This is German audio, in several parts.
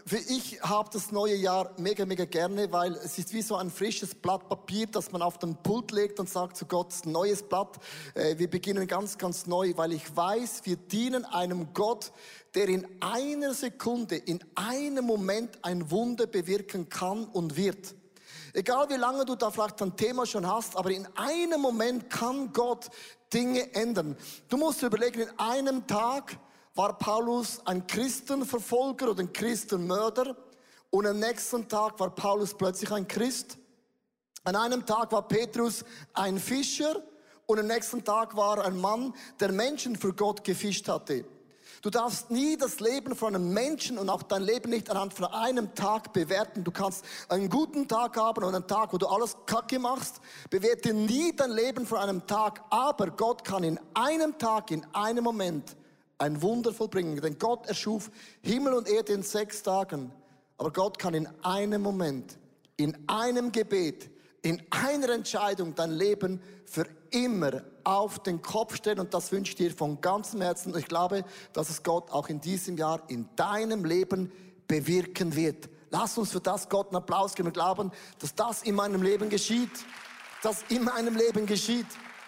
ich habe das neue Jahr mega, mega gerne, weil es ist wie so ein frisches Blatt Papier, das man auf den Pult legt und sagt zu Gott, ein neues Blatt. Wir beginnen ganz, ganz neu, weil ich weiß, wir dienen einem Gott, der in einer Sekunde, in einem Moment ein Wunder bewirken kann und wird. Egal wie lange du da vielleicht ein Thema schon hast, aber in einem Moment kann Gott Dinge ändern. Du musst dir überlegen, in einem Tag war Paulus ein Christenverfolger oder ein Christenmörder und am nächsten Tag war Paulus plötzlich ein Christ. An einem Tag war Petrus ein Fischer und am nächsten Tag war er ein Mann, der Menschen für Gott gefischt hatte. Du darfst nie das Leben von einem Menschen und auch dein Leben nicht anhand von einem Tag bewerten. Du kannst einen guten Tag haben und einen Tag, wo du alles Kacke machst. Bewerte nie dein Leben von einem Tag. Aber Gott kann in einem Tag, in einem Moment ein Wunder vollbringen. Denn Gott erschuf Himmel und Erde in 6 Tagen. Aber Gott kann in einem Moment, in einem Gebet, in einer Entscheidung dein Leben für immer auf den Kopf stellen. Und das wünsche ich dir von ganzem Herzen. Und ich glaube, dass es Gott auch in diesem Jahr in deinem Leben bewirken wird. Lass uns für das Gott einen Applaus geben und glauben, dass das in meinem Leben geschieht. Das in meinem Leben geschieht.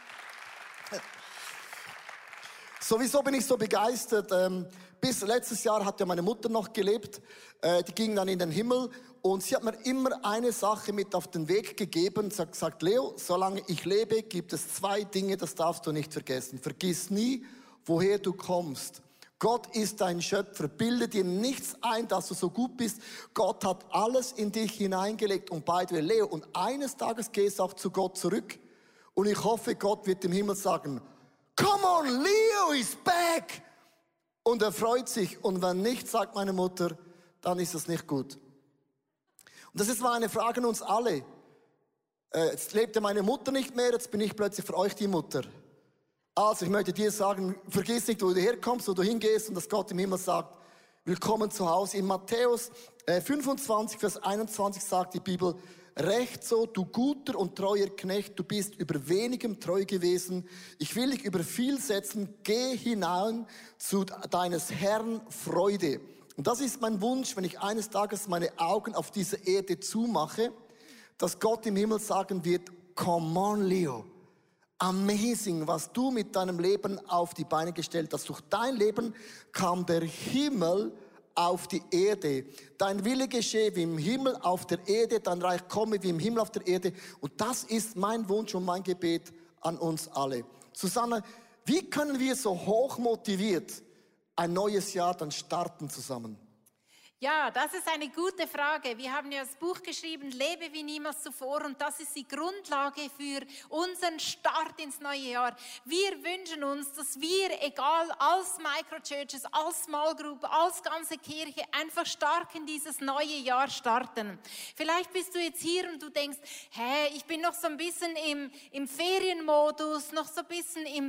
Sowieso bin ich so begeistert. Bis letztes Jahr hat ja meine Mutter noch gelebt. Die ging dann in den Himmel. Und sie hat mir immer eine Sache mit auf den Weg gegeben. Sie hat gesagt, Leo, solange ich lebe, gibt es 2 Dinge, das darfst du nicht vergessen. Vergiss nie, woher du kommst. Gott ist dein Schöpfer. Bilde dir nichts ein, dass du so gut bist. Gott hat alles in dich hineingelegt. Und by the way, Leo, und eines Tages gehst du auch zu Gott zurück. Und ich hoffe, Gott wird im Himmel sagen, come on, Leo is back. Und er freut sich. Und wenn nicht, sagt meine Mutter, dann ist es nicht gut. Und das ist mal eine Frage an uns alle. Jetzt lebte meine Mutter nicht mehr, jetzt bin ich plötzlich für euch die Mutter. Also ich möchte dir sagen, vergiss nicht, wo du herkommst, wo du hingehst und dass Gott im Himmel sagt, willkommen zu Hause. In Matthäus 25, Vers 21 sagt die Bibel, recht so, du guter und treuer Knecht, du bist über wenigem treu gewesen. Ich will dich über viel setzen, geh hinein zu deines Herrn Freude. Und das ist mein Wunsch, wenn ich eines Tages meine Augen auf diese Erde zumache, dass Gott im Himmel sagen wird, come on, Leo. Amazing, was du mit deinem Leben auf die Beine gestellt hast. Durch dein Leben kam der Himmel auf die Erde. Dein Wille geschehe wie im Himmel auf der Erde, dein Reich komme wie im Himmel auf der Erde. Und das ist mein Wunsch und mein Gebet an uns alle. Susanne, wie können wir so hoch motiviert ein neues Jahr dann starten zusammen? Ja, das ist eine gute Frage. Wir haben ja das Buch geschrieben, Lebe wie niemals zuvor, und das ist die Grundlage für unseren Start ins neue Jahr. Wir wünschen uns, dass wir, egal als Microchurches, als Small Group, als ganze Kirche, einfach stark in dieses neue Jahr starten. Vielleicht bist du jetzt hier und du denkst, ich bin noch so ein bisschen im Ferienmodus, noch so ein bisschen im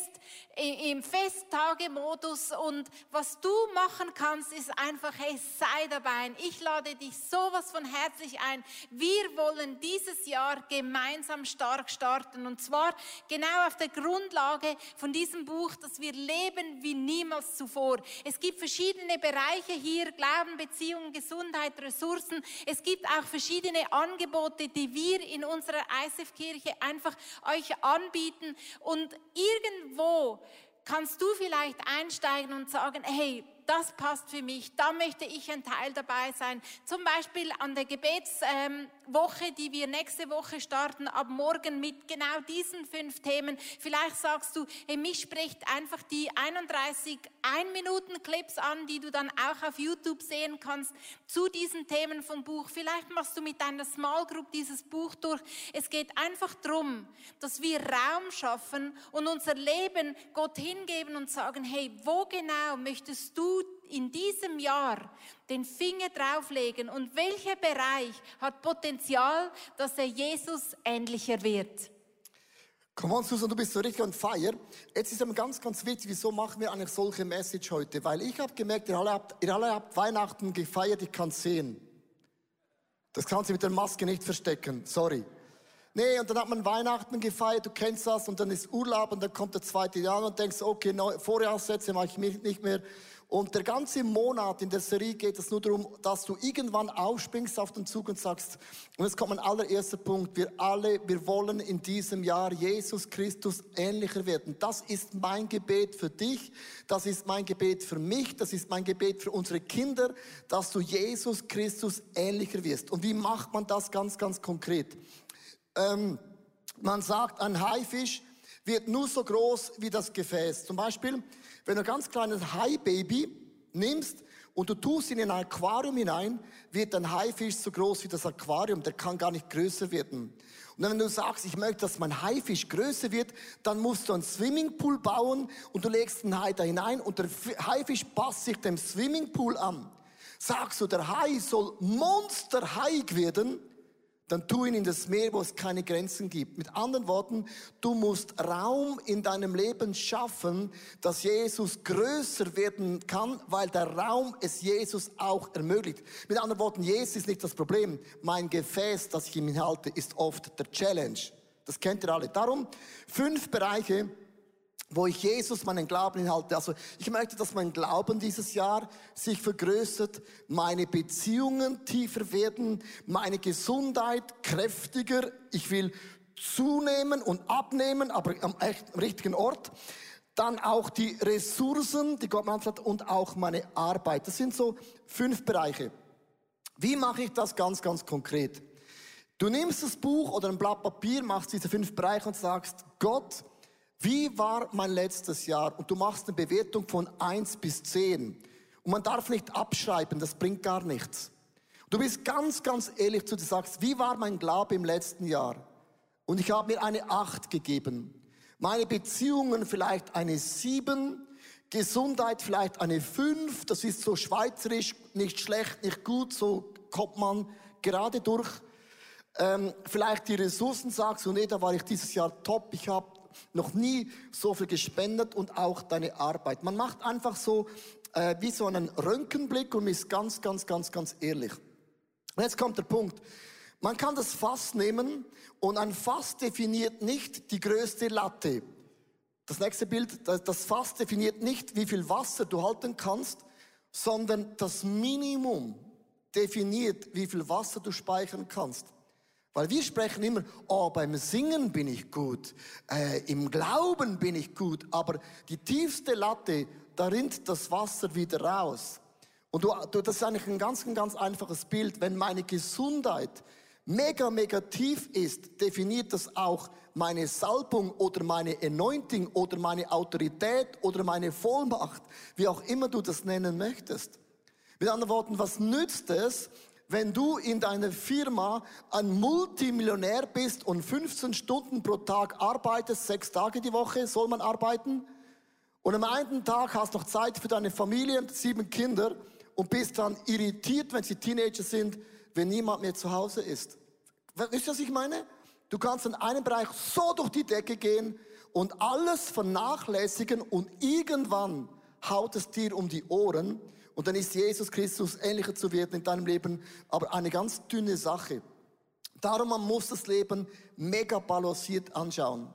Festtagemodus, und was du machen kannst, ist einfach, sei dabei. Ich lade dich sowas von herzlich ein. Wir wollen dieses Jahr gemeinsam stark starten. Und zwar genau auf der Grundlage von diesem Buch, dass wir leben wie niemals zuvor. Es gibt verschiedene Bereiche hier, Glauben, Beziehungen, Gesundheit, Ressourcen. Es gibt auch verschiedene Angebote, die wir in unserer ICF-Kirche einfach euch anbieten. Und irgendwo kannst du vielleicht einsteigen und sagen, hey, das passt für mich, da möchte ich ein Teil dabei sein. Zum Beispiel an der Gebetswoche, die wir nächste Woche starten, ab morgen mit genau diesen 5 Themen. Vielleicht sagst du, hey, mich spricht einfach die 31 1-Minuten-Clips an, die du dann auch auf YouTube sehen kannst, zu diesen Themen vom Buch. Vielleicht machst du mit deiner Small Group dieses Buch durch. Es geht einfach darum, dass wir Raum schaffen und unser Leben Gott hingeben und sagen, hey, wo genau möchtest du in diesem Jahr den Finger drauflegen und welcher Bereich hat Potenzial, dass er Jesus ähnlicher wird? Come on, Susan, du bist so richtig on fire. Jetzt ist aber ganz, ganz wichtig, wieso machen wir eine solche Message heute? Weil ich habe gemerkt, ihr alle habt Weihnachten gefeiert, ich kann es sehen. Das kannst du mit der Maske nicht verstecken, sorry. Nee, und dann hat man Weihnachten gefeiert, du kennst das, und dann ist Urlaub und dann kommt der 2. Januar und denkst, okay, Vorjahrssätze mache ich nicht mehr. Und der ganze Monat in der Serie geht es nur darum, dass du irgendwann aufspringst auf den Zug und sagst, und jetzt kommt mein allererster Punkt, wir wollen in diesem Jahr Jesus Christus ähnlicher werden. Das ist mein Gebet für dich, das ist mein Gebet für mich, das ist mein Gebet für unsere Kinder, dass du Jesus Christus ähnlicher wirst. Und wie macht man das ganz, ganz konkret? Man sagt, ein Haifisch wird nur so groß wie das Gefäß. Zum Beispiel, wenn du ein ganz kleines Haibaby nimmst und du tust ihn in ein Aquarium hinein, wird ein Haifisch so groß wie das Aquarium. Der kann gar nicht größer werden. Und wenn du sagst, ich möchte, dass mein Haifisch größer wird, dann musst du einen Swimmingpool bauen und du legst einen Hai da hinein und der Haifisch passt sich dem Swimmingpool an. Sagst du, der Hai soll monsterhaig werden, dann tu ihn in das Meer, wo es keine Grenzen gibt. Mit anderen Worten, du musst Raum in deinem Leben schaffen, dass Jesus größer werden kann, weil der Raum es Jesus auch ermöglicht. Mit anderen Worten, Jesus ist nicht das Problem. Mein Gefäß, das ich ihm halte, ist oft der Challenge. Das kennt ihr alle. Darum 5 Bereiche, wo ich Jesus meinen Glauben hinhalte. Also ich möchte, dass mein Glauben dieses Jahr sich vergrößert, meine Beziehungen tiefer werden, meine Gesundheit kräftiger. Ich will zunehmen und abnehmen, aber am richtigen Ort. Dann auch die Ressourcen, die Gott mir hat, und auch meine Arbeit. Das sind so 5 Bereiche. Wie mache ich das ganz, ganz konkret? Du nimmst das Buch oder ein Blatt Papier, machst diese 5 Bereiche und sagst, Gott, wie war mein letztes Jahr? Und du machst eine Bewertung von 1 bis 10. Und man darf nicht abschreiben, das bringt gar nichts. Du bist ganz, ganz ehrlich zu dir, sagst, wie war mein Glaube im letzten Jahr? Und ich habe mir eine 8 gegeben. Meine Beziehungen vielleicht eine 7. Gesundheit vielleicht eine 5. Das ist so schweizerisch, nicht schlecht, nicht gut, so kommt man gerade durch. Vielleicht die Ressourcen sagst du, nee, da war ich dieses Jahr top, ich habe noch nie so viel gespendet, und auch deine Arbeit. Man macht einfach so wie so einen Röntgenblick und ist ganz, ganz, ganz, ganz ehrlich. Und jetzt kommt der Punkt. Man kann das Fass nehmen und ein Fass definiert nicht die größte Latte. Das nächste Bild, das Fass definiert nicht, wie viel Wasser du halten kannst, sondern das Minimum definiert, wie viel Wasser du speichern kannst. Weil wir sprechen immer, oh, beim Singen bin ich gut, im Glauben bin ich gut, aber die tiefste Latte, da rinnt das Wasser wieder raus. Und das ist eigentlich ein ganz einfaches Bild. Wenn meine Gesundheit mega, mega tief ist, definiert das auch meine Salbung oder meine Anointing oder meine Autorität oder meine Vollmacht, wie auch immer du das nennen möchtest. Mit anderen Worten, was nützt es, wenn du in deiner Firma ein Multimillionär bist und 15 Stunden pro Tag arbeitest, 6 Tage die Woche soll man arbeiten, und am einen Tag hast du noch Zeit für deine Familie und 7 Kinder und bist dann irritiert, wenn sie Teenager sind, wenn niemand mehr zu Hause ist. Wisst ihr, was ich meine? Du kannst in einem Bereich so durch die Decke gehen und alles vernachlässigen und irgendwann haut es dir um die Ohren. Und dann ist Jesus Christus ähnlicher zu werden in deinem Leben, aber eine ganz dünne Sache. Darum, man muss das Leben mega balanciert anschauen.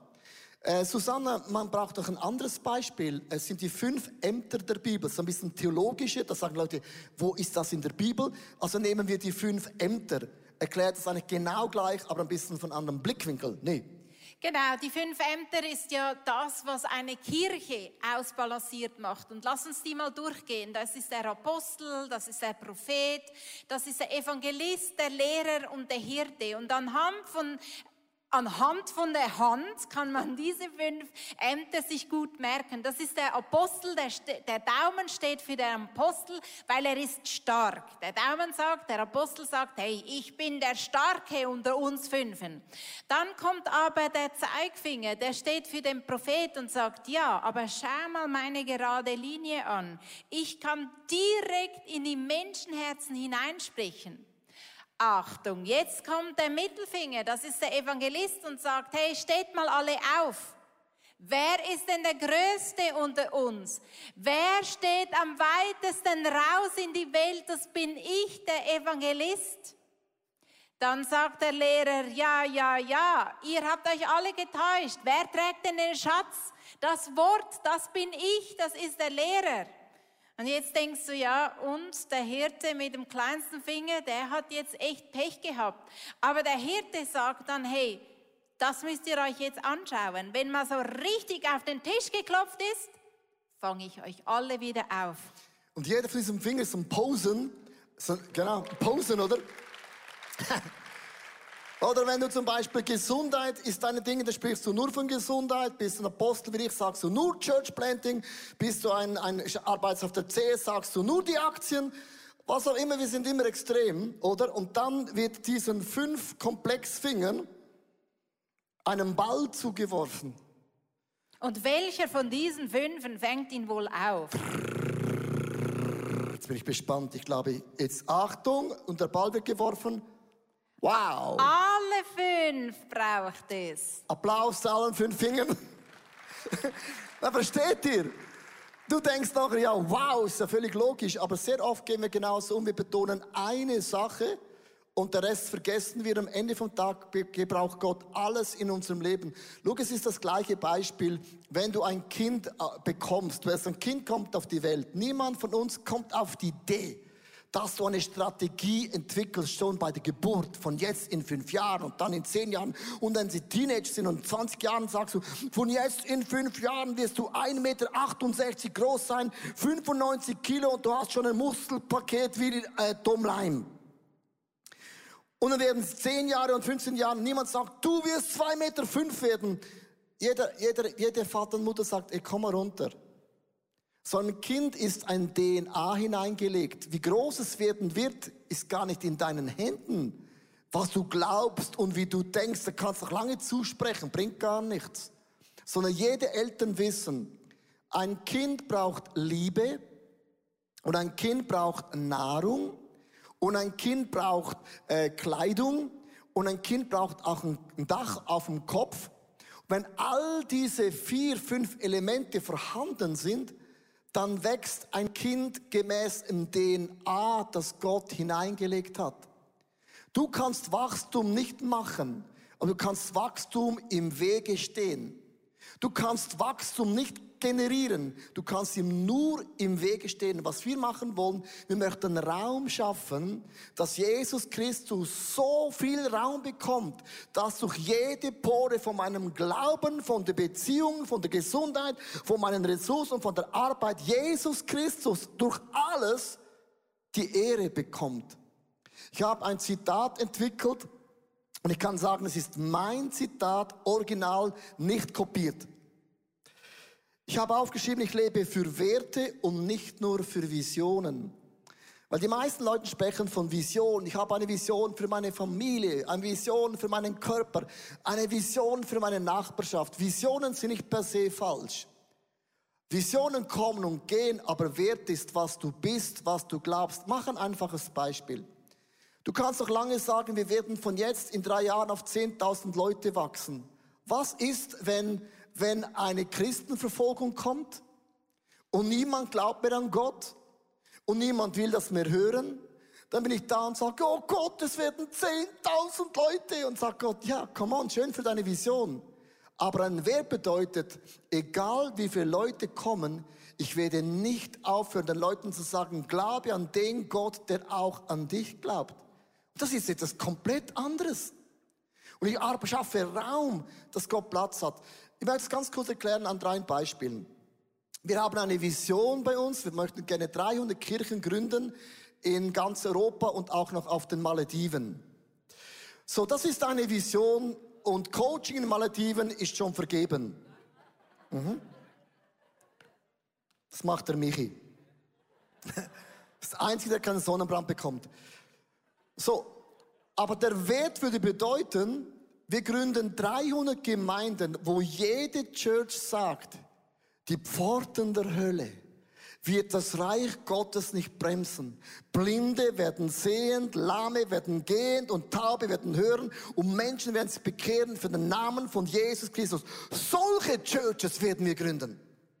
Susanna, man braucht doch ein anderes Beispiel. Es sind die 5 Ämter der Bibel. So ein bisschen theologische, da sagen Leute, wo ist das in der Bibel? Also nehmen wir die 5 Ämter. Erklärt das eigentlich genau gleich, aber ein bisschen von anderem Blickwinkel. Nee. Genau, die 5 Ämter ist ja das, was eine Kirche ausbalanciert macht. Und lass uns die mal durchgehen. Das ist der Apostel, das ist der Prophet, das ist der Evangelist, der Lehrer und der Hirte. Und anhand von der Hand kann man diese 5 Ämter sich gut merken. Das ist der Apostel, der Daumen steht für den Apostel, weil er ist stark. Der Daumen sagt, der Apostel sagt, hey, ich bin der Starke unter uns 5. Dann kommt aber der Zeigefinger, der steht für den Prophet und sagt, ja, aber schau mal meine gerade Linie an. Ich kann direkt in die Menschenherzen hineinsprechen. Achtung, jetzt kommt der Mittelfinger, das ist der Evangelist und sagt, hey, steht mal alle auf. Wer ist denn der Größte unter uns? Wer steht am weitesten raus in die Welt? Das bin ich, der Evangelist. Dann sagt der Lehrer, ja, ihr habt euch alle getäuscht. Wer trägt denn den Schatz? Das Wort, das bin ich, das ist der Lehrer. Und jetzt denkst du, ja, und der Hirte mit dem kleinsten Finger, der hat jetzt echt Pech gehabt. Aber der Hirte sagt dann, hey, das müsst ihr euch jetzt anschauen. Wenn mal so richtig auf den Tisch geklopft ist, fange ich euch alle wieder auf. Und jeder von diesem Finger ist ein Posen. So, genau, Posen, oder? Oder wenn du zum Beispiel Gesundheit ist deine Dinge, da sprichst du nur von Gesundheit. Bist du ein Apostel wie ich, sagst du nur Church Planting. Bist du ein Arbeiter auf der CS, sagst du nur die Aktien. Was auch immer, wir sind immer extrem, oder? Und dann wird diesen 5 Komplexfingern einem Ball zugeworfen. Und welcher von diesen 5 fängt ihn wohl auf? Jetzt bin ich gespannt. Ich glaube, jetzt Achtung, und der Ball wird geworfen. Wow! Alle 5 braucht es. Applaus zu allen 5 Fingern. Na, versteht ihr? Du denkst nachher, ja, wow, ist ja völlig logisch, aber sehr oft gehen wir genauso um. Wir betonen eine Sache und der Rest vergessen wir. Am Ende vom Tag gebraucht Gott alles in unserem Leben. Schau, es ist das gleiche Beispiel, wenn du ein Kind bekommst. Wenn ein Kind kommt auf die Welt, niemand von uns kommt auf die Idee, dass du eine Strategie entwickelst, schon bei der Geburt, von jetzt in 5 Jahren und dann in 10 Jahren. Und wenn sie Teenager sind und 20 Jahren, sagst du, von jetzt in 5 Jahren wirst du 1,68 Meter groß sein, 95 Kilo und du hast schon ein Muskelpaket wie Tom Leim. Und dann werden es 10 Jahre und 15 Jahre, niemand sagt, du wirst 2,5 Meter werden. Jeder Vater und Mutter sagt, ey, komm mal runter. So ein Kind ist ein DNA hineingelegt. Wie groß es werden wird, ist gar nicht in deinen Händen. Was du glaubst und wie du denkst, da kannst du noch lange zusprechen, bringt gar nichts. Sondern jede Eltern wissen, ein Kind braucht Liebe und ein Kind braucht Nahrung und ein Kind braucht Kleidung und ein Kind braucht auch ein Dach auf dem Kopf. Wenn all diese 4, 5 Elemente vorhanden sind, dann wächst ein Kind gemäß dem DNA, das Gott hineingelegt hat. Du kannst Wachstum nicht machen, aber du kannst Wachstum im Wege stehen. Du kannst Wachstum nicht generieren, du kannst ihm nur im Wege stehen. Was wir machen wollen, wir möchten Raum schaffen, dass Jesus Christus so viel Raum bekommt, dass durch jede Pore von meinem Glauben, von der Beziehung, von der Gesundheit, von meinen Ressourcen und von der Arbeit Jesus Christus durch alles die Ehre bekommt. Ich habe ein Zitat entwickelt und ich kann sagen, es ist mein Zitat, original, nicht kopiert. Ich habe aufgeschrieben, ich lebe für Werte und nicht nur für Visionen. Weil die meisten Leute sprechen von Vision. Ich habe eine Vision für meine Familie, eine Vision für meinen Körper, eine Vision für meine Nachbarschaft. Visionen sind nicht per se falsch. Visionen kommen und gehen, aber Wert ist, was du bist, was du glaubst. Mach ein einfaches Beispiel. Du kannst doch lange sagen, wir werden von jetzt in 3 Jahren auf 10.000 Leute wachsen. Was ist, wenn eine Christenverfolgung kommt und niemand glaubt mehr an Gott und niemand will das mehr hören? Dann bin ich da und sage, oh Gott, es werden 10.000 Leute. Und sagt Gott, ja, come on, schön für deine Vision. Aber ein Wert bedeutet, egal wie viele Leute kommen, ich werde nicht aufhören, den Leuten zu sagen, glaube an den Gott, der auch an dich glaubt. Das ist etwas komplett anderes. Und ich schaffe Raum, dass Gott Platz hat. Ich werde es ganz kurz erklären an 3 Beispielen. Wir haben eine Vision bei uns. Wir möchten gerne 300 Kirchen gründen in ganz Europa und auch noch auf den Malediven. So, das ist eine Vision und Coaching in den Malediven ist schon vergeben. Das macht der Michi. Das ist der Einzige, der keinen Sonnenbrand bekommt. So, aber der Wert würde bedeuten, wir gründen 300 Gemeinden, wo jede Church sagt, die Pforten der Hölle wird das Reich Gottes nicht bremsen. Blinde werden sehend, Lahme werden gehend und Taube werden hören und Menschen werden sich bekehren für den Namen von Jesus Christus. Solche Churches werden wir gründen.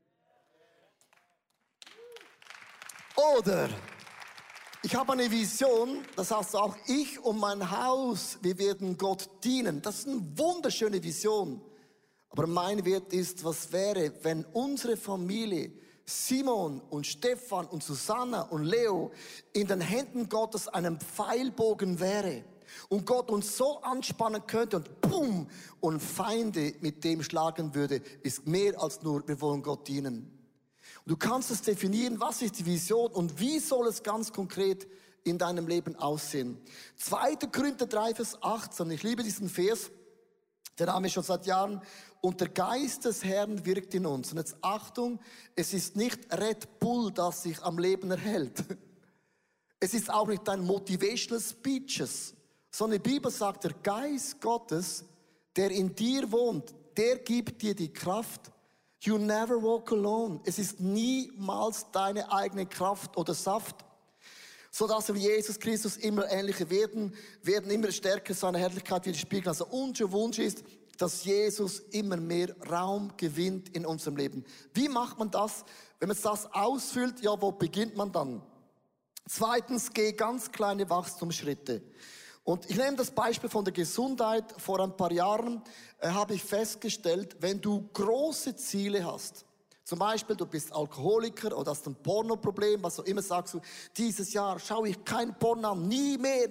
Oder ich habe eine Vision, das heißt auch ich und mein Haus, wir werden Gott dienen. Das ist eine wunderschöne Vision. Aber mein Wert ist, was wäre, wenn unsere Familie Simon und Stefan und Susanna und Leo in den Händen Gottes einen Pfeilbogen wäre und Gott uns so anspannen könnte und boom, und Feinde mit dem schlagen würde, ist mehr als nur, wir wollen Gott dienen. Und du kannst es definieren, was ist die Vision und wie soll es ganz konkret in deinem Leben aussehen. 2. Korinther 3, Vers 18, ich liebe diesen Vers, den haben wir schon seit Jahren. Und der Geist des Herrn wirkt in uns. Und jetzt Achtung, es ist nicht Red Bull, das sich am Leben erhält. Es ist auch nicht dein Motivational Speeches, sondern die Bibel sagt, der Geist Gottes, der in dir wohnt, der gibt dir die Kraft. You never walk alone. Es ist niemals deine eigene Kraft oder Saft, sodass wir Jesus Christus immer ähnlicher werden immer stärker seine Herrlichkeit widerspiegeln. Also unser Wunsch ist, dass Jesus immer mehr Raum gewinnt in unserem Leben. Wie macht man das? Wenn man das ausfüllt, ja, wo beginnt man dann? 2. Geh ganz kleine Wachstumsschritte. Und ich nehme das Beispiel von der Gesundheit. Vor ein paar Jahren habe ich festgestellt, wenn du große Ziele hast, zum Beispiel, du bist Alkoholiker oder hast ein Pornoproblem, was auch immer, sagst du, dieses Jahr schaue ich kein Porno an, nie mehr.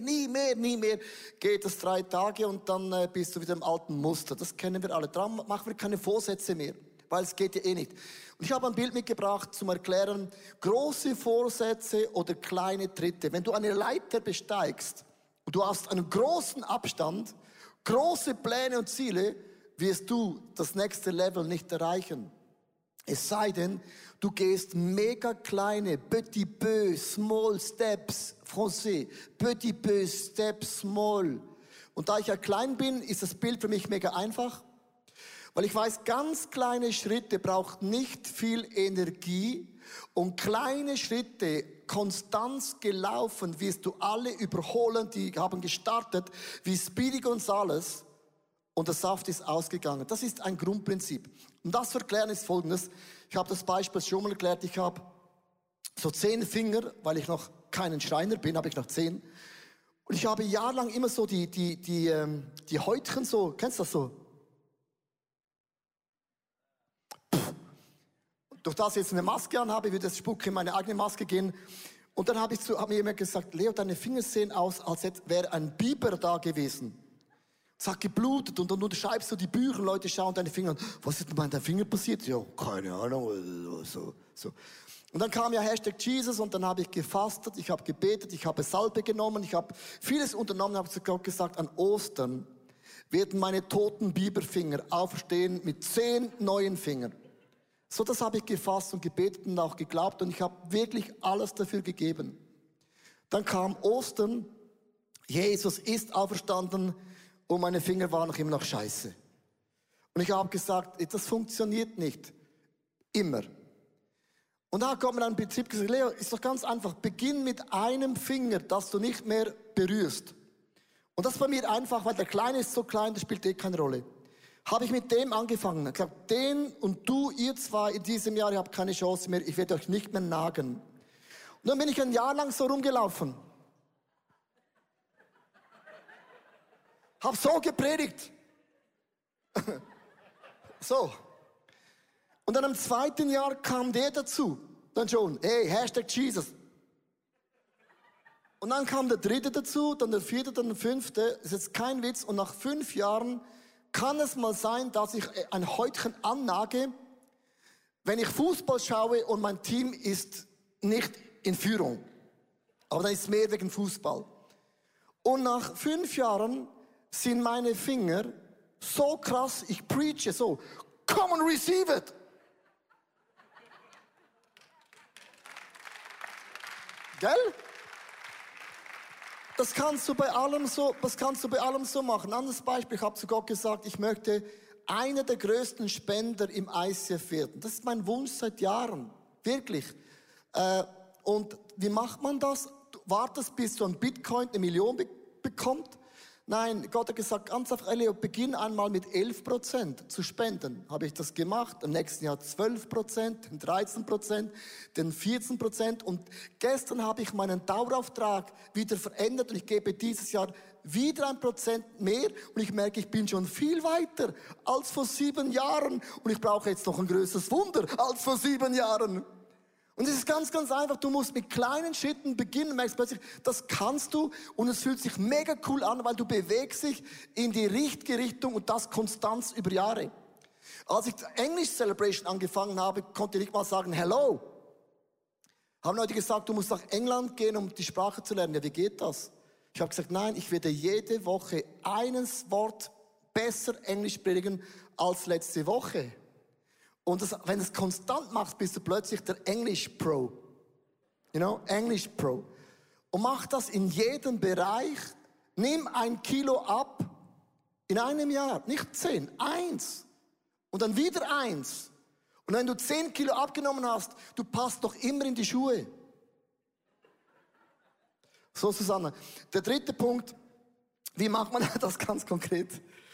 Geht es 3 Tage und dann bist du wieder im alten Muster. Das kennen wir alle. Darum machen wir keine Vorsätze mehr, weil es geht ja eh nicht. Und ich habe ein Bild mitgebracht zum Erklären, große Vorsätze oder kleine Tritte. Wenn du eine Leiter besteigst und du hast einen großen Abstand, große Pläne und Ziele, wirst du das nächste Level nicht erreichen. Es sei denn, du gehst mega kleine, petit peu, small steps, français, petit peu, steps, small. Und da ich ja klein bin, ist das Bild für mich mega einfach, weil ich weiß, ganz kleine Schritte braucht nicht viel Energie und kleine Schritte, Konstanz gelaufen, wirst du alle überholen, die haben gestartet, wie Speedy Gonzales. Und der Saft ist ausgegangen. Das ist ein Grundprinzip. Um das zu erklären ist Folgendes. Ich habe das Beispiel schon mal erklärt. Ich habe so 10 Finger, weil ich noch keinen Schreiner bin, habe ich noch 10. Und ich habe jahrelang immer so die Häutchen so, kennst du das so? Durch das ich jetzt eine Maske anhabe, wird das Spuck in meine eigene Maske gehen. Und dann habe mir jemand gesagt, Leo, deine Finger sehen aus, als wäre ein Biber da gewesen. Es hat geblutet und dann unterschreibst du die Bücher, Leute schauen deine Finger an. Was ist denn bei deinem Finger passiert? Ja, keine Ahnung. So. Und dann kam ja Hashtag Jesus und dann habe ich gefastet, ich habe gebetet, ich habe Salbe genommen, ich habe vieles unternommen, habe zu Gott gesagt, an Ostern werden meine toten Biberfinger aufstehen mit 10 neuen Fingern. So, das habe ich gefasst und gebetet und auch geglaubt und ich habe wirklich alles dafür gegeben. Dann kam Ostern, Jesus ist auferstanden, und meine Finger waren noch immer noch scheiße. Und ich habe gesagt, das funktioniert nicht. Immer. Und da kommt mir ein Prinzip gesagt, Leo, ist doch ganz einfach. Beginn mit einem Finger, das du nicht mehr berührst. Und das ist bei mir einfach, weil der Kleine ist so klein, das spielt keine Rolle. Habe ich mit dem angefangen. Ich habe gesagt, den und du, ihr zwei in diesem Jahr, ihr habt keine Chance mehr, ich werde euch nicht mehr nagen. Und dann bin ich ein Jahr lang so rumgelaufen. Hab so gepredigt. So. Und dann im 2. Jahr kam der dazu. Dann schon, hey, Hashtag Jesus. Und dann kam der 3. dazu, dann der 4., dann der 5. Ist jetzt kein Witz. Und nach 5 Jahren kann es mal sein, dass ich ein Häutchen annage, wenn ich Fußball schaue und mein Team ist nicht in Führung. Aber dann ist es mehr wegen Fußball. Und nach 5 Jahren sind meine Finger so krass, ich preache so, come and receive it. Gell? Das kannst du bei allem so machen. Ein anderes Beispiel, ich habe zu Gott gesagt, ich möchte einer der größten Spender im ICF werden. Das ist mein Wunsch seit Jahren, wirklich. Und wie macht man das? Du wartest, bis du ein Bitcoin 1 Million bekommt? Nein, Gott hat gesagt, ganz einfach, Leo, beginn einmal mit 11% zu spenden. Habe ich das gemacht, im nächsten Jahr 12%, 13%, dann 14%. Und gestern habe ich meinen Dauerauftrag wieder verändert und ich gebe dieses Jahr wieder 1% mehr. Und ich merke, ich bin schon viel weiter als vor 7 Jahren. Und ich brauche jetzt noch ein größeres Wunder als vor 7 Jahren. Und es ist ganz, ganz einfach. Du musst mit kleinen Schritten beginnen, merkst plötzlich, das kannst du und es fühlt sich mega cool an, weil du bewegst dich in die richtige Richtung und das konstant über Jahre. Als ich English Celebration angefangen habe, konnte ich nicht mal sagen, hello. Haben Leute gesagt, du musst nach England gehen, um die Sprache zu lernen. Ja, wie geht das? Ich habe gesagt, nein, ich werde jede Woche eines Wort besser Englisch predigen als letzte Woche. Und das, wenn du es konstant machst, bist du plötzlich der English-Pro. English-Pro. Und mach das in jedem Bereich. Nimm 1 Kilo ab in einem Jahr. Nicht 10, 1. Und dann wieder 1. Und wenn du 10 Kilo abgenommen hast, du passt doch immer in die Schuhe. So, Susanne. Der dritte Punkt, wie macht man das ganz konkret?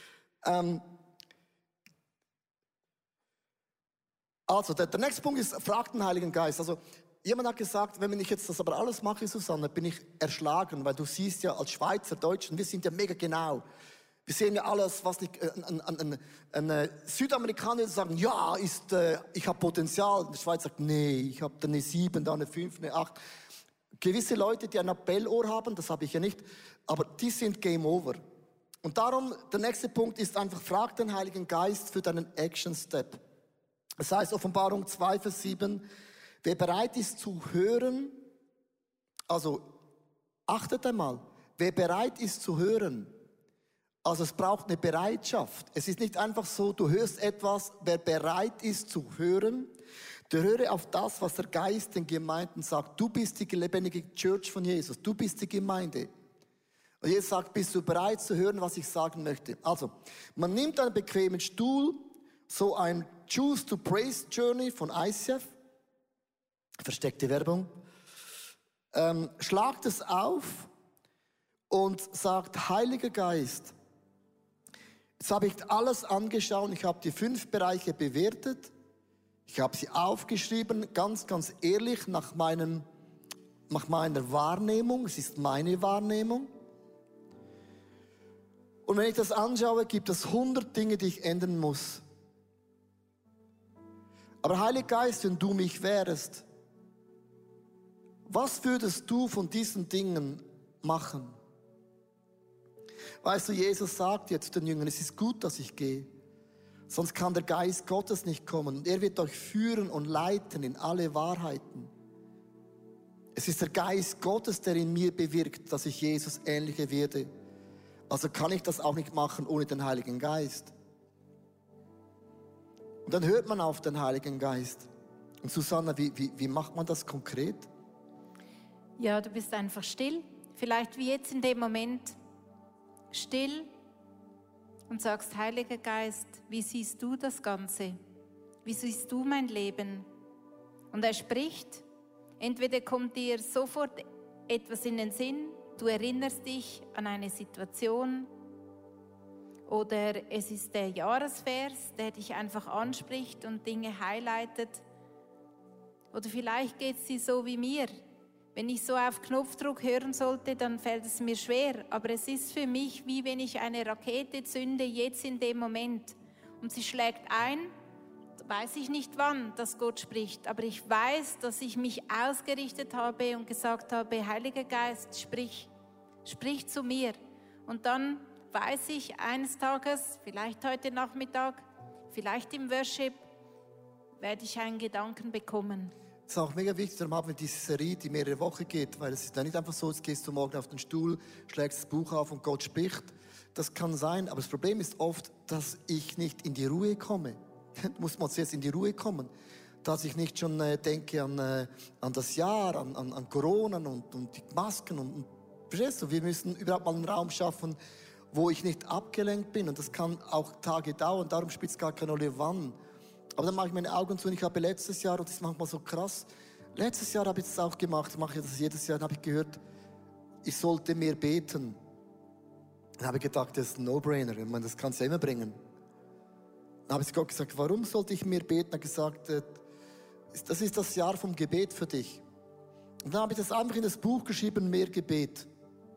Also, der nächste Punkt ist, frag den Heiligen Geist. Also, jemand hat gesagt, wenn ich jetzt das aber alles mache, Susanne, bin ich erschlagen, weil du siehst ja als Schweizer, Deutschen, wir sind ja mega genau. Wir sehen ja alles, was nicht, ein Südamerikaner würde sagen, ja, ich habe Potenzial. Der Schweizer sagt, nee, ich habe eine 7, da eine 5, eine 8. Gewisse Leute, die ein Appellohr haben, das habe ich ja nicht, aber die sind Game Over. Und darum, der nächste Punkt ist einfach, frag den Heiligen Geist für deinen Action Step. Das heißt, Offenbarung 2, Vers 7, wer bereit ist zu hören, also achtet einmal, wer bereit ist zu hören, also es braucht eine Bereitschaft. Es ist nicht einfach so, du hörst etwas, wer bereit ist zu hören, der höre auf das, was der Geist den Gemeinden sagt. Du bist die lebendige Church von Jesus, du bist die Gemeinde. Und Jesus sagt, bist du bereit zu hören, was ich sagen möchte? Also, man nimmt einen bequemen Stuhl, so ein Choose to Praise Journey von ICF, versteckte Werbung, schlagt es auf und sagt, Heiliger Geist, jetzt habe ich alles angeschaut, ich habe die 5 Bereiche bewertet, ich habe sie aufgeschrieben, ganz, ganz ehrlich, nach meiner Wahrnehmung, es ist meine Wahrnehmung. Und wenn ich das anschaue, gibt es 100 Dinge, die ich ändern muss. Aber Heiliger Geist, wenn du mich wärst, was würdest du von diesen Dingen machen? Weißt du, Jesus sagt jetzt den Jüngern, es ist gut, dass ich gehe, sonst kann der Geist Gottes nicht kommen. Und er wird euch führen und leiten in alle Wahrheiten. Es ist der Geist Gottes, der in mir bewirkt, dass ich Jesus ähnlicher werde. Also kann ich das auch nicht machen ohne den Heiligen Geist. Und dann hört man auf den Heiligen Geist. Und Susanna, wie macht man das konkret? Ja, du bist einfach still. Vielleicht wie jetzt in dem Moment still und sagst, Heiliger Geist, wie siehst du das Ganze? Wie siehst du mein Leben? Und er spricht. Entweder kommt dir sofort etwas in den Sinn, du erinnerst dich an eine Situation, oder es ist der Jahresvers, der dich einfach anspricht und Dinge highlightet. Oder vielleicht geht es dir so wie mir. Wenn ich so auf Knopfdruck hören sollte, dann fällt es mir schwer. Aber es ist für mich, wie wenn ich eine Rakete zünde, jetzt in dem Moment. Und sie schlägt ein, weiß ich nicht wann, dass Gott spricht. Aber ich weiß, dass ich mich ausgerichtet habe und gesagt habe, Heiliger Geist, sprich zu mir. Und dann weiß ich eines Tages, vielleicht heute Nachmittag, vielleicht im Worship, werde ich einen Gedanken bekommen. Das ist auch mega wichtig, darum haben wir diese Serie, die mehrere Wochen geht, weil es ist ja nicht einfach so, jetzt gehst du morgen auf den Stuhl, schlägst das Buch auf und Gott spricht. Das kann sein, aber das Problem ist oft, dass ich nicht in die Ruhe komme. Muss man zuerst in die Ruhe kommen, dass ich nicht schon denke an das Jahr, an Corona und die Masken und verstehst du, wir müssen überhaupt mal einen Raum schaffen, wo ich nicht abgelenkt bin. Und das kann auch Tage dauern, darum spielt es gar keine Rolle, wann. Aber dann mache ich meine Augen zu und ich habe letztes Jahr, und das ist manchmal so krass, letztes Jahr habe ich das auch gemacht, mache ich das jedes Jahr, dann habe ich gehört, ich sollte mehr beten. Dann habe ich gedacht, das ist ein No-Brainer, ich meine, das kannst du ja immer bringen. Dann habe ich Gott gesagt, warum sollte ich mehr beten? Er hat gesagt, das ist das Jahr vom Gebet für dich. Und dann habe ich das einfach in das Buch geschrieben, mehr Gebet.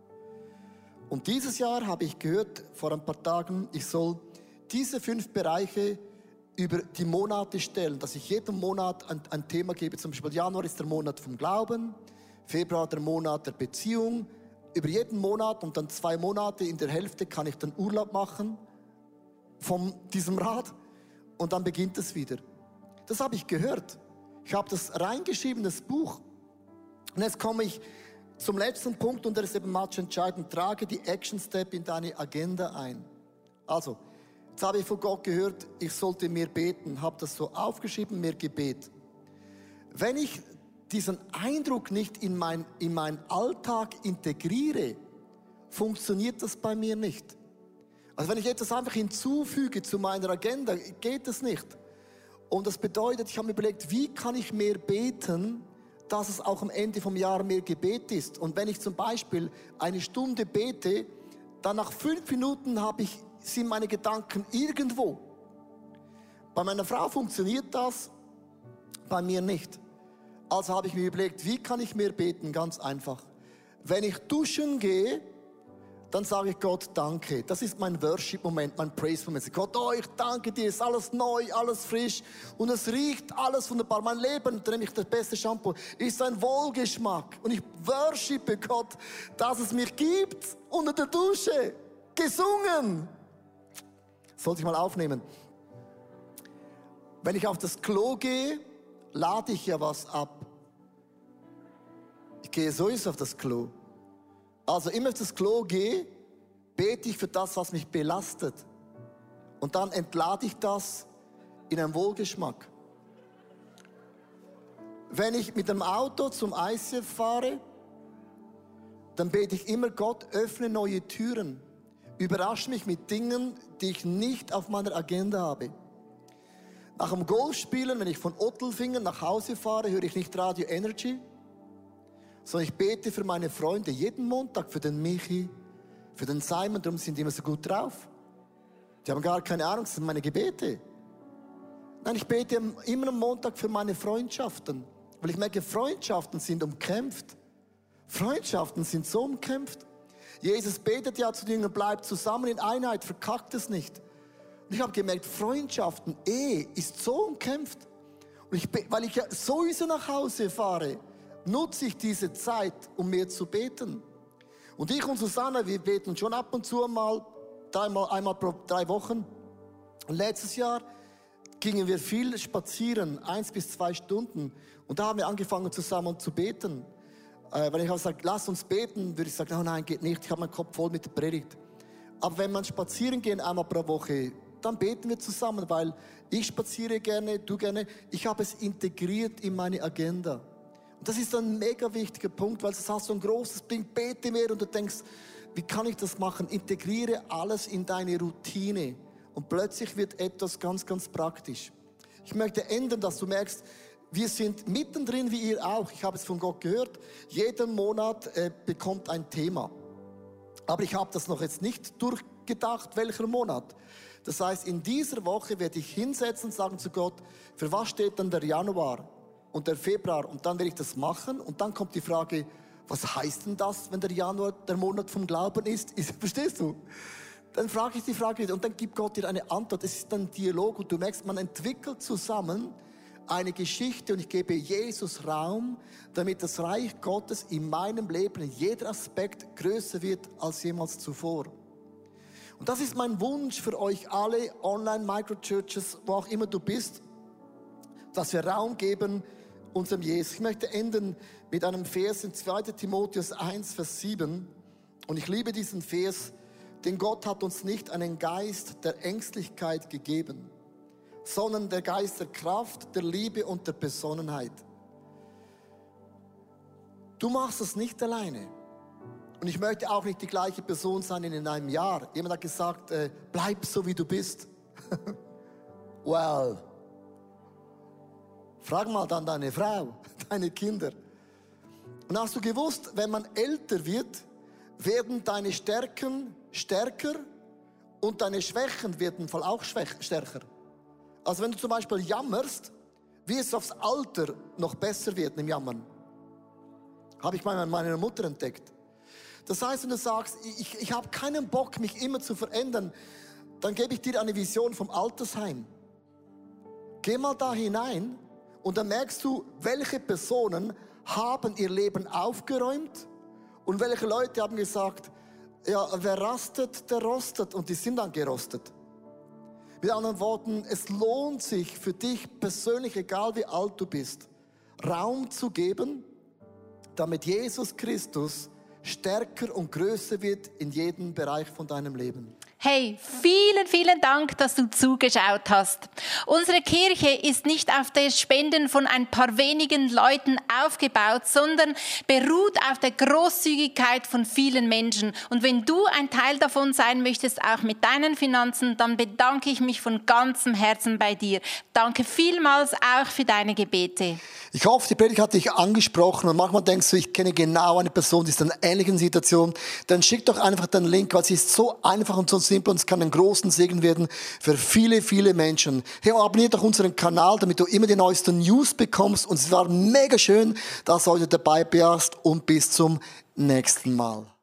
Und dieses Jahr habe ich gehört, vor ein paar Tagen, ich soll diese 5 Bereiche über die Monate stellen, dass ich jeden Monat ein Thema gebe. Zum Beispiel Januar ist der Monat vom Glauben, Februar der Monat der Beziehung. Über jeden Monat und dann 2 Monate in der Hälfte kann ich dann Urlaub machen von diesem Rat und dann beginnt es wieder. Das habe ich gehört. Ich habe das reingeschrieben, das Buch. Und jetzt komme ich zum letzten Punkt und der ist eben match entscheidend. Trage die Action Step in deine Agenda ein. Also, jetzt habe ich von Gott gehört, ich sollte mehr beten, habe das so aufgeschrieben, mehr Gebet. Wenn ich diesen Eindruck nicht in meinen Alltag integriere, funktioniert das bei mir nicht. Also wenn ich etwas einfach hinzufüge zu meiner Agenda, geht es nicht. Und das bedeutet, ich habe mir überlegt, wie kann ich mehr beten, dass es auch am Ende vom Jahr mehr Gebet ist. Und wenn ich zum Beispiel 1 Stunde bete, dann nach 5 Minuten sind meine Gedanken irgendwo. Bei meiner Frau funktioniert das, bei mir nicht. Also habe ich mir überlegt, wie kann ich mehr beten? Ganz einfach. Wenn ich duschen gehe, dann sage ich Gott Danke. Das ist mein Worship-Moment, mein Praise-Moment. Gott, ich danke dir, ist alles neu, alles frisch und es riecht alles wunderbar. Mein Leben, nämlich das beste Shampoo, ist ein Wohlgeschmack. Und ich worshipe Gott, dass es mich gibt unter der Dusche. Gesungen. Sollte ich mal aufnehmen. Wenn ich auf das Klo gehe, lade ich ja was ab. Ich gehe sowieso auf das Klo. Also immer auf das Klo gehe, bete ich für das, was mich belastet. Und dann entlade ich das in einen Wohlgeschmack. Wenn ich mit dem Auto zum ICF fahre, dann bete ich immer, Gott, öffne neue Türen. Überrasche mich mit Dingen, die ich nicht auf meiner Agenda habe. Nach dem Golfspielen, wenn ich von Ottelfingen nach Hause fahre, höre ich nicht Radio Energy, sondern ich bete für meine Freunde jeden Montag, für den Michi, für den Simon, darum sind die immer so gut drauf. Die haben gar keine Ahnung, das sind meine Gebete. Nein, ich bete immer am Montag für meine Freundschaften, weil ich merke, Freundschaften sind umkämpft. Freundschaften sind so umkämpft. Jesus betet ja zu den Jüngern, bleibt zusammen in Einheit, verkackt es nicht. Und ich habe gemerkt, Freundschaften, Ehe ist so umkämpft. Und weil ich ja sowieso nach Hause fahre, nutze ich diese Zeit, um mehr zu beten. Und ich und Susanne, wir beten schon ab und zu einmal pro 3 Wochen. Und letztes Jahr gingen wir viel spazieren, 1 bis 2 Stunden. Und da haben wir angefangen zusammen zu beten. Wenn ich auch sage, lass uns beten, würde ich sagen, oh nein, geht nicht, ich habe meinen Kopf voll mit der Predigt. Aber wenn wir spazieren gehen, einmal pro Woche, dann beten wir zusammen, weil ich spaziere gerne, du gerne. Ich habe es integriert in meine Agenda. Und das ist ein mega wichtiger Punkt, weil es hast so ein großes Ding, bete mehr und du denkst, wie kann ich das machen? Integriere alles in deine Routine und plötzlich wird etwas ganz, ganz praktisch. Ich möchte ändern, dass du merkst, wir sind mittendrin wie ihr auch. Ich habe es von Gott gehört. Jeden Monat bekommt ein Thema. Aber ich habe das noch jetzt nicht durchgedacht, welcher Monat. Das heißt, in dieser Woche werde ich hinsetzen und sagen zu Gott, für was steht dann der Januar und der Februar? Und dann werde ich das machen. Und dann kommt die Frage, was heißt denn das, wenn der Januar der Monat vom Glauben ist? Verstehst du? Dann frage ich die Frage und dann gibt Gott dir eine Antwort. Es ist ein Dialog und du merkst, man entwickelt zusammen eine Geschichte und ich gebe Jesus Raum, damit das Reich Gottes in meinem Leben in jedem Aspekt größer wird als jemals zuvor. Und das ist mein Wunsch für euch alle Online-Microchurches, wo auch immer du bist, dass wir Raum geben unserem Jesus. Ich möchte enden mit einem Vers in 2. Timotheus 1, Vers 7. Und ich liebe diesen Vers, denn Gott hat uns nicht einen Geist der Ängstlichkeit gegeben, sondern der Geist der Kraft, der Liebe und der Besonnenheit. Du machst es nicht alleine. Und ich möchte auch nicht die gleiche Person sein in einem Jahr. Jemand hat gesagt, bleib so wie du bist. Well, frag mal dann deine Frau, deine Kinder. Und hast du gewusst, wenn man älter wird, werden deine Stärken stärker und deine Schwächen werden voll auch stärker. Also wenn du zum Beispiel jammerst, wie es aufs Alter noch besser wird im Jammern. Habe ich bei meiner Mutter entdeckt. Das heißt, wenn du sagst, ich habe keinen Bock, mich immer zu verändern, dann gebe ich dir eine Vision vom Altersheim. Geh mal da hinein und dann merkst du, welche Personen haben ihr Leben aufgeräumt und welche Leute haben gesagt, ja, wer rastet, der rostet, und die sind dann gerostet. Mit anderen Worten, es lohnt sich für dich persönlich, egal wie alt du bist, Raum zu geben, damit Jesus Christus stärker und größer wird in jedem Bereich von deinem Leben. Hey, vielen, vielen Dank, dass du zugeschaut hast. Unsere Kirche ist nicht auf der Spenden von ein paar wenigen Leuten aufgebaut, sondern beruht auf der Großzügigkeit von vielen Menschen. Und wenn du ein Teil davon sein möchtest, auch mit deinen Finanzen, dann bedanke ich mich von ganzem Herzen bei dir. Danke vielmals auch für deine Gebete. Ich hoffe, die Predigt hat dich angesprochen und manchmal denkst du, ich kenne genau eine Person, die ist in einer ähnlichen Situation. Dann schick doch einfach den Link, weil es ist so einfach und so simpel und es kann einen großen Segen werden für viele, viele Menschen. Hey, abonniere doch unseren Kanal, damit du immer die neuesten News bekommst. Und es war mega schön, dass du heute dabei warst, und bis zum nächsten Mal.